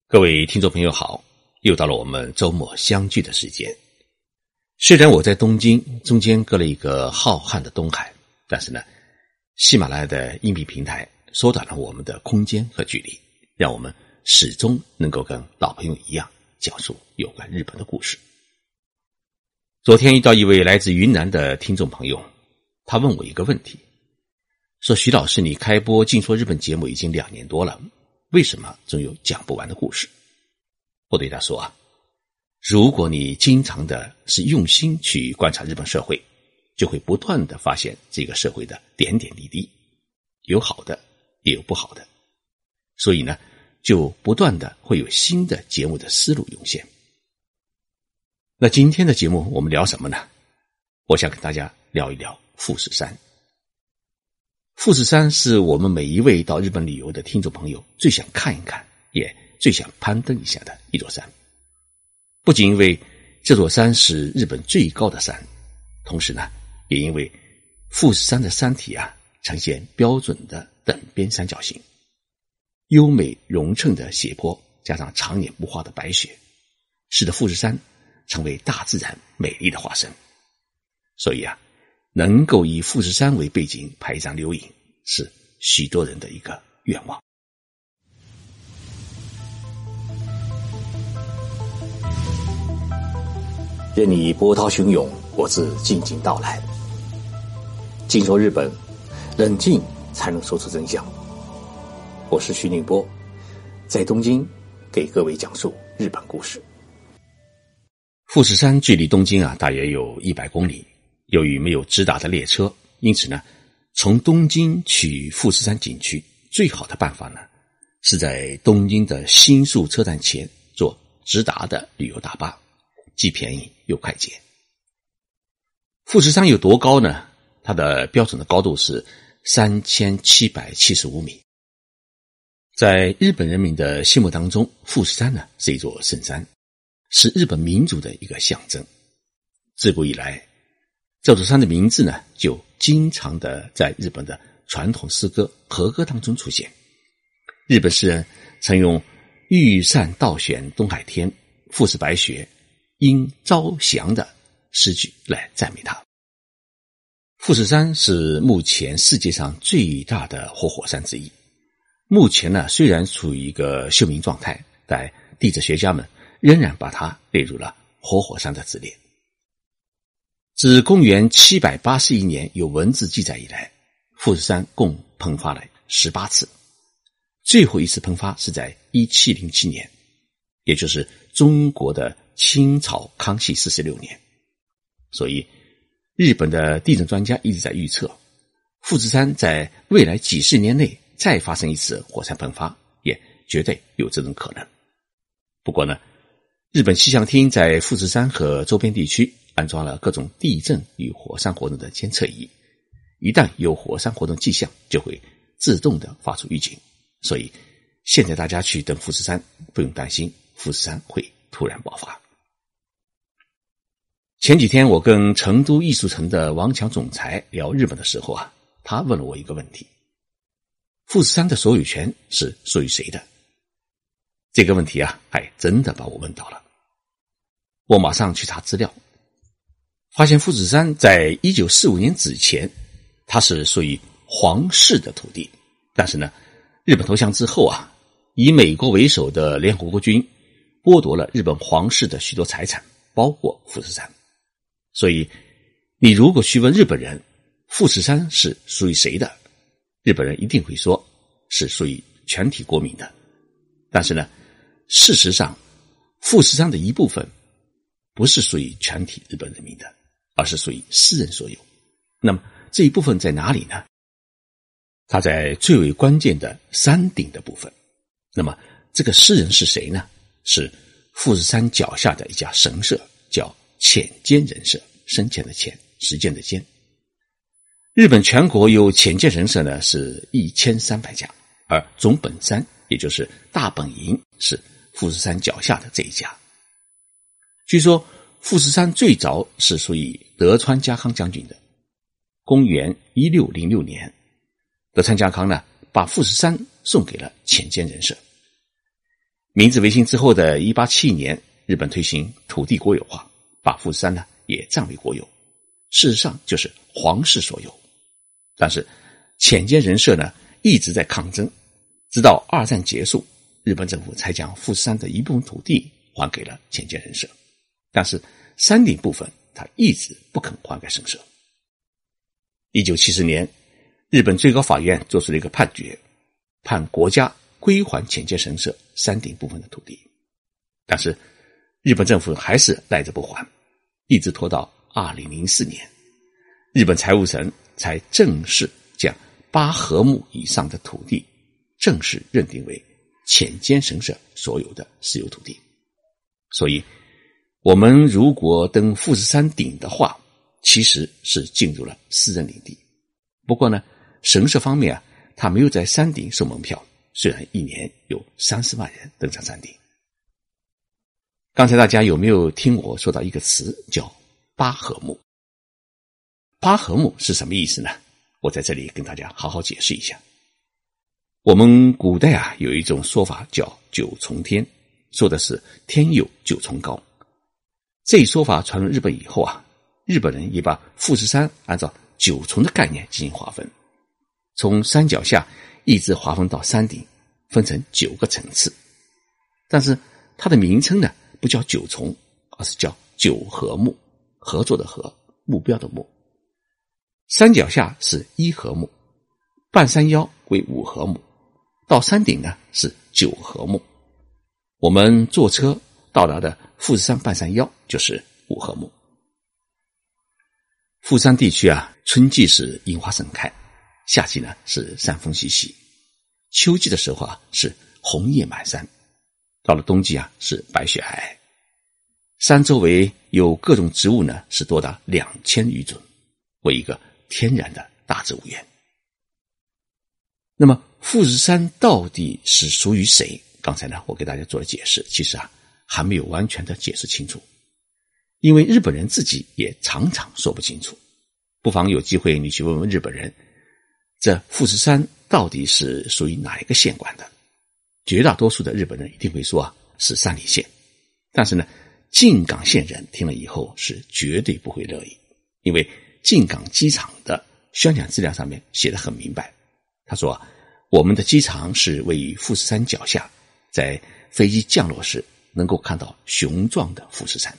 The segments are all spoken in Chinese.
各位听众朋友好，又到了我们周末相聚的时间。虽然我在东京，中间隔了一个浩瀚的东海，但是呢，喜马拉雅的音频平台缩短了我们的空间和距离，让我们始终能够跟老朋友一样讲述有关日本的故事。昨天遇到一位来自云南的听众朋友，他问我一个问题，说徐老师，你开播静说日本节目已经2年多了，为什么总有讲不完的故事？我对他说如果你经常的是用心去观察日本社会，就会不断的发现这个社会的点点滴滴，有好的也有不好的，所以呢，就不断的会有新的节目的思路涌现。那今天的节目我们聊什么呢？我想跟大家聊一聊富士山。富士山是我们每一位到日本旅游的听众朋友最想看一看，也最想攀登一下的一座山。不仅因为这座山是日本最高的山，同时呢，也因为富士山的山体呈现标准的等边三角形，优美匀称的斜坡加上常年不化的白雪，使得富士山成为大自然美丽的化身。所以能够以富士山为背景拍一张留影，是许多人的一个愿望。任你波涛汹涌，我自静静到来。静说日本，冷静才能说出真相。我是徐宁波，在东京给各位讲述日本故事。富士山距离东京大约有100公里。由于没有直达的列车，因此呢，从东京去富士山景区最好的办法呢，是在东京的新宿车站前坐直达的旅游大巴，既便宜又快捷。富士山有多高呢？它的标准的高度是3775米。在日本人民的心目当中，富士山呢是一座圣山，是日本民族的一个象征。自古以来，这座山的名字呢，就经常的在日本的传统诗歌和歌当中出现。日本诗人曾用玉扇倒悬东海天，富士白雪应朝祥的诗句来赞美它。富士山是目前世界上最大的活火山之一。目前呢，虽然处于一个休眠状态，但地质学家们仍然把它列入了活火山的之列。自公元781年有文字记载以来，富士山共喷发了18次，最后一次喷发是在1707年，也就是中国的清朝康熙46年。所以日本的地质专家一直在预测，富士山在未来几十年内再发生一次火山喷发，也绝对有这种可能。不过呢，日本气象厅在富士山和周边地区安装了各种地震与火山活动的监测仪，一旦有火山活动迹象，就会自动的发出预警。所以现在大家去登富士山，不用担心富士山会突然爆发。前几天我跟成都艺术城的王强总裁聊日本的时候他问了我一个问题：富士山的所有权是属于谁的？这个问题还真的把我问到了。我马上去查资料，发现富士山在1945年之前，它是属于皇室的土地。但是呢，日本投降之后以美国为首的联合国军剥夺了日本皇室的许多财产，包括富士山。所以你如果去问日本人富士山是属于谁的，日本人一定会说是属于全体国民的。但是呢，事实上富士山的一部分不是属于全体日本人民的，而是属于私人所有。那么这一部分在哪里呢？它在最为关键的山顶的部分。那么这个私人是谁呢？是富士山脚下的一家神社，叫浅间人社，深浅的浅，时间的间。日本全国有浅间人社呢是1300家，而总本山也就是大本营是富士山脚下的这一家。据说富士山最早是属于德川家康将军的。公元1606年，德川家康呢把富士山送给了浅间人社。 明治维新之后的1871年，日本推行土地国有化，把富士山呢也占为国有，事实上就是皇室所有。但是浅间人社呢一直在抗争，直到二战结束，日本政府才将富士山的一部分土地还给了浅间人社，但是山顶部分他一直不肯还给神社。1970年，日本最高法院做出了一个判决，判国家归还浅间神社山顶部分的土地，但是日本政府还是赖着不还，一直拖到2004年，日本财务省才正式将8合目以上的土地正式认定为浅间神社所有的私有土地。所以我们如果登富士山顶的话，其实是进入了私人领地。不过呢，神社方面他没有在山顶收门票，虽然一年有30万人登上山顶。刚才大家有没有听我说到一个词叫8合目？8合目是什么意思呢？我在这里跟大家好好解释一下。我们古代有一种说法叫九重天，说的是天有9重高。这一说法传入日本以后日本人也把富士山按照9重的概念进行划分，从山脚下一直划分到山顶，分成9个层次。但是它的名称呢不叫9重，而是叫9合目，合作的合，目标的目。山脚下是1合目，半山腰为5合目，到山顶呢是9合目。我们坐车到达的富士山半山腰就是5合目。富山地区春季是樱花盛开，夏季呢是山风习习，秋季的时候是红叶满山，到了冬季是白雪皑皑。山周围有各种植物呢是多达2000余种，为一个天然的大植物园。那么富士山到底是属于谁？刚才呢我给大家做了解释，其实还没有完全的解释清楚，因为日本人自己也常常说不清楚。不妨有机会你去问问日本人，这富士山到底是属于哪一个县管的？绝大多数的日本人一定会说是山梨县。但是呢，静冈县人听了以后是绝对不会乐意，因为静冈机场的宣讲资料上面写得很明白，他说我们的机场是位于富士山脚下，在飞机降落时能够看到雄壮的富士山。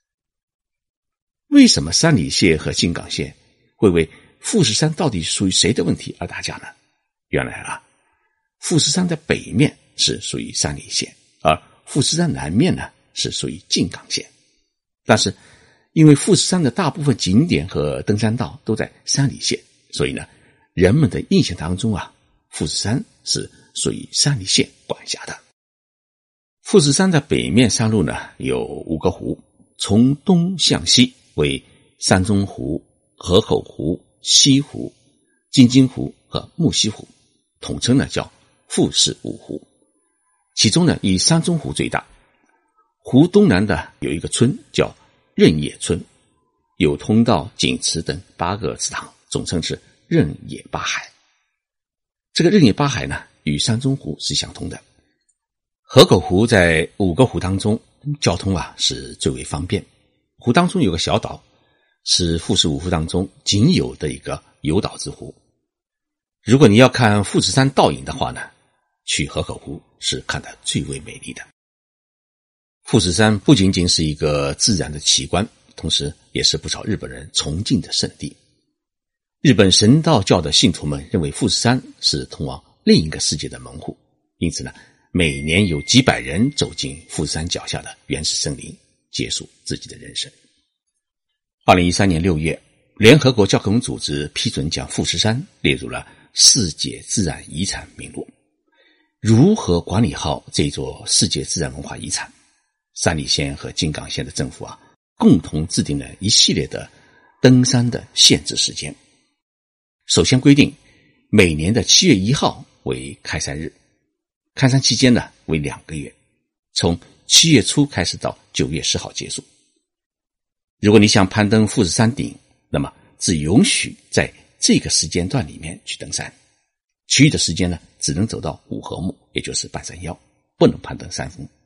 为什么山梨县和静冈县会为富士山到底属于谁的问题而打架呢？原来富士山的北面是属于山梨县，而富士山南面呢是属于静冈县。但是因为富士山的大部分景点和登山道都在山梨县，所以呢人们的印象当中富士山是属于山梨县管辖的。富士山的北面山路呢有5个湖，从东向西为山中湖、河口湖、西湖、金睛湖和木溪湖，统称呢叫富士5湖。其中呢以山中湖最大。湖东南的有一个村叫刃野村，有通道、景池等8个祠堂，总称是刃野八海。这个刃野八海呢与山中湖是相通的。河口湖在5个湖当中交通是最为方便，湖当中有个小岛，是富士5湖当中仅有的一个有岛之湖。如果你要看富士山倒影的话呢，去河口湖是看得最为美丽的。富士山不仅仅是一个自然的奇观，同时也是不少日本人崇敬的圣地。日本神道教的信徒们认为富士山是通往另一个世界的门户，因此呢每年有几百人走进富士山脚下的原始森林，结束自己的人生。2013年6月，联合国教科文组织批准将富士山列入了世界自然遗产名录。如何管理好这座世界自然文化遗产？山梨县和静冈县的政府共同制定了一系列的登山的限制时间。首先规定每年的7月1号为开山日，开山期间呢为2个月，从7月初开始到9月10号结束。如果你想攀登富士山顶，那么只允许在这个时间段里面去登山，其余的时间呢只能走到5合目，也就是半山腰，不能攀登山峰。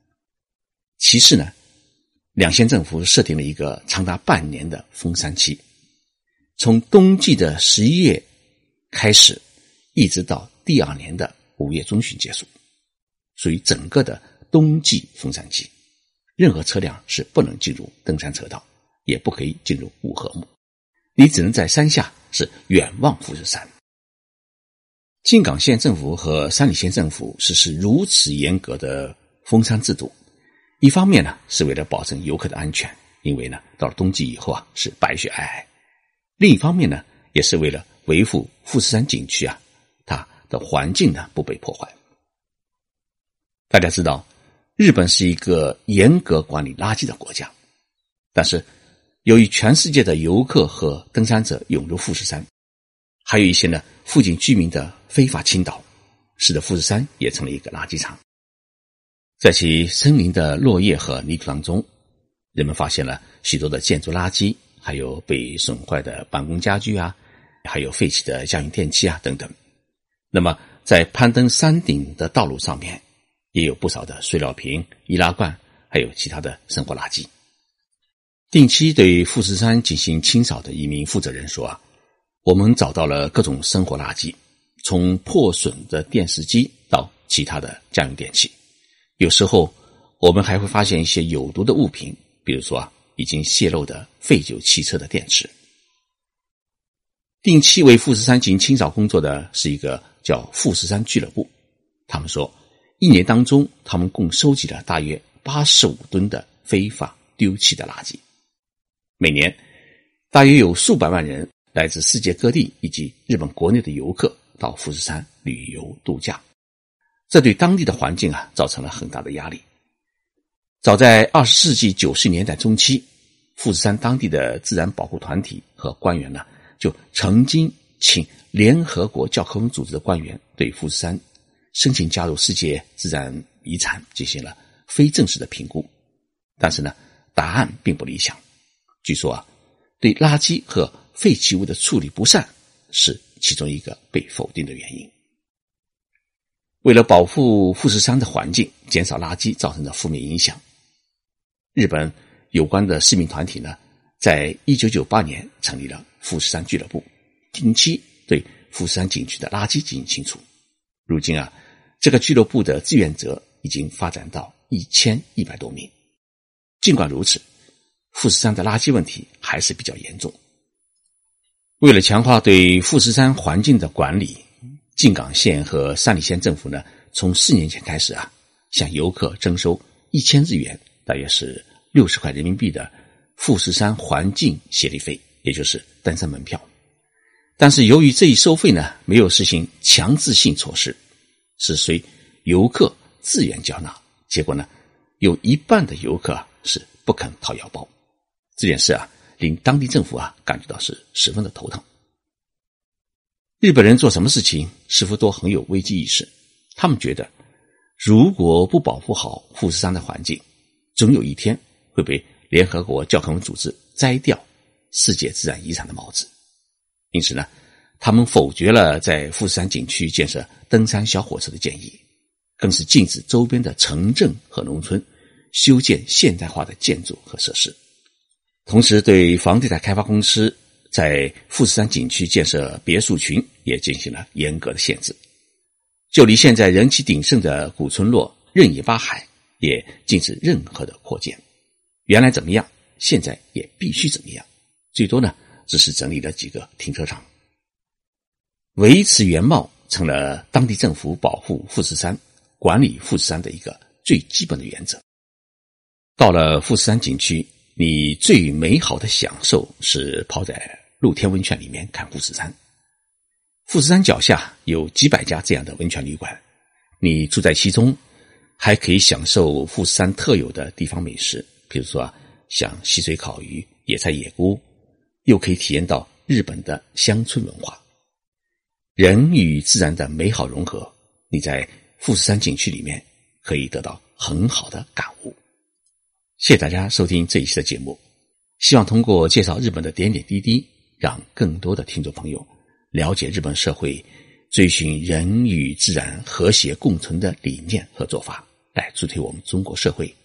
其次呢，两县政府设定了一个长达半年的封山期，从冬季的11月开始，一直到第2年的5月中旬结束，属于整个的冬季封山期。任何车辆是不能进入登山车道，也不可以进入五合目，你只能在山下是远望富士山。静冈县政府和山梨县政府实施如此严格的封山制度，一方面呢是为了保证游客的安全，因为呢到了冬季以后啊是白雪皑皑；另一方面呢也是为了维护富士山景区啊它的环境呢不被破坏。大家知道，日本是一个严格管理垃圾的国家，但是由于全世界的游客和登山者涌入富士山，还有一些呢附近居民的非法倾倒，使得富士山也成了一个垃圾场。在其森林的落叶和泥土当中，人们发现了许多的建筑垃圾，还有被损坏的办公家具啊，还有废弃的家用电器啊等等。那么在攀登山顶的道路上面，也有不少的塑料瓶、易拉罐，还有其他的生活垃圾。定期对富士山进行清扫的一名负责人说啊，我们找到了各种生活垃圾，从破损的电视机到其他的家用电器。有时候我们还会发现一些有毒的物品，比如说已经泄漏的废旧汽车的电池。定期为富士山进行清扫工作的是一个叫富士山俱乐部，他们说一年当中他们共收集了大约85吨的非法丢弃的垃圾。每年大约有数百万人来自世界各地以及日本国内的游客到富士山旅游度假，这对当地的环境造成了很大的压力。早在20世纪90年代中期，富士山当地的自然保护团体和官员呢，就曾经请联合国教科文组织的官员对富士山申请加入世界自然遗产进行了非正式的评估，但是呢，答案并不理想。据说对垃圾和废弃物的处理不善是其中一个被否定的原因。为了保护富士山的环境，减少垃圾造成的负面影响，日本有关的市民团体呢，在1998年成立了富士山俱乐部，定期对富士山景区的垃圾进行清除。如今这个俱乐部的志愿者已经发展到1100多名。尽管如此，富士山的垃圾问题还是比较严重。为了强化对富士山环境的管理，静冈县和山梨县政府呢，从4年前开始向游客征收1000日元，大约是60块人民币的富士山环境协力费，也就是登山门票。但是由于这一收费呢，没有实行强制性措施，是随游客自愿缴纳，结果呢，有一半的游客是不肯掏腰包。这件事令当地政府感觉到是十分的头疼。日本人做什么事情似乎都很有危机意识，他们觉得如果不保护好富士山的环境，总有一天会被联合国教科文组织摘掉世界自然遗产的帽子。因此呢，他们否决了在富士山景区建设登山小火车的建议，更是禁止周边的城镇和农村修建现代化的建筑和设施。同时对房地产开发公司在富士山景区建设别墅群也进行了严格的限制。就离现在人气鼎盛的古村落任野八海也禁止任何的扩建，原来怎么样，现在也必须怎么样，最多呢只是整理了几个停车场。维持原貌成了当地政府保护富士山、管理富士山的一个最基本的原则。到了富士山景区，你最美好的享受是泡在露天温泉里面看富士山。富士山脚下有几百家这样的温泉旅馆，你住在其中，还可以享受富士山特有的地方美食，比如说像溪水烤鱼、野菜野菇，又可以体验到日本的乡村文化。人与自然的美好融合，你在富士山景区里面可以得到很好的感悟。谢谢大家收听这一期的节目，希望通过介绍日本的点点滴滴，让更多的听众朋友了解日本社会追寻人与自然和谐共存的理念和做法，来助推我们中国社会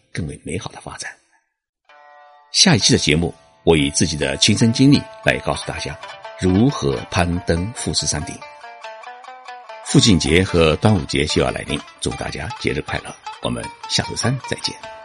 更为美好的发展。下一期的节目，我以自己的亲身经历来告诉大家如何攀登富士山顶。父亲节和端午节就要来临，祝大家节日快乐，我们下周三再见。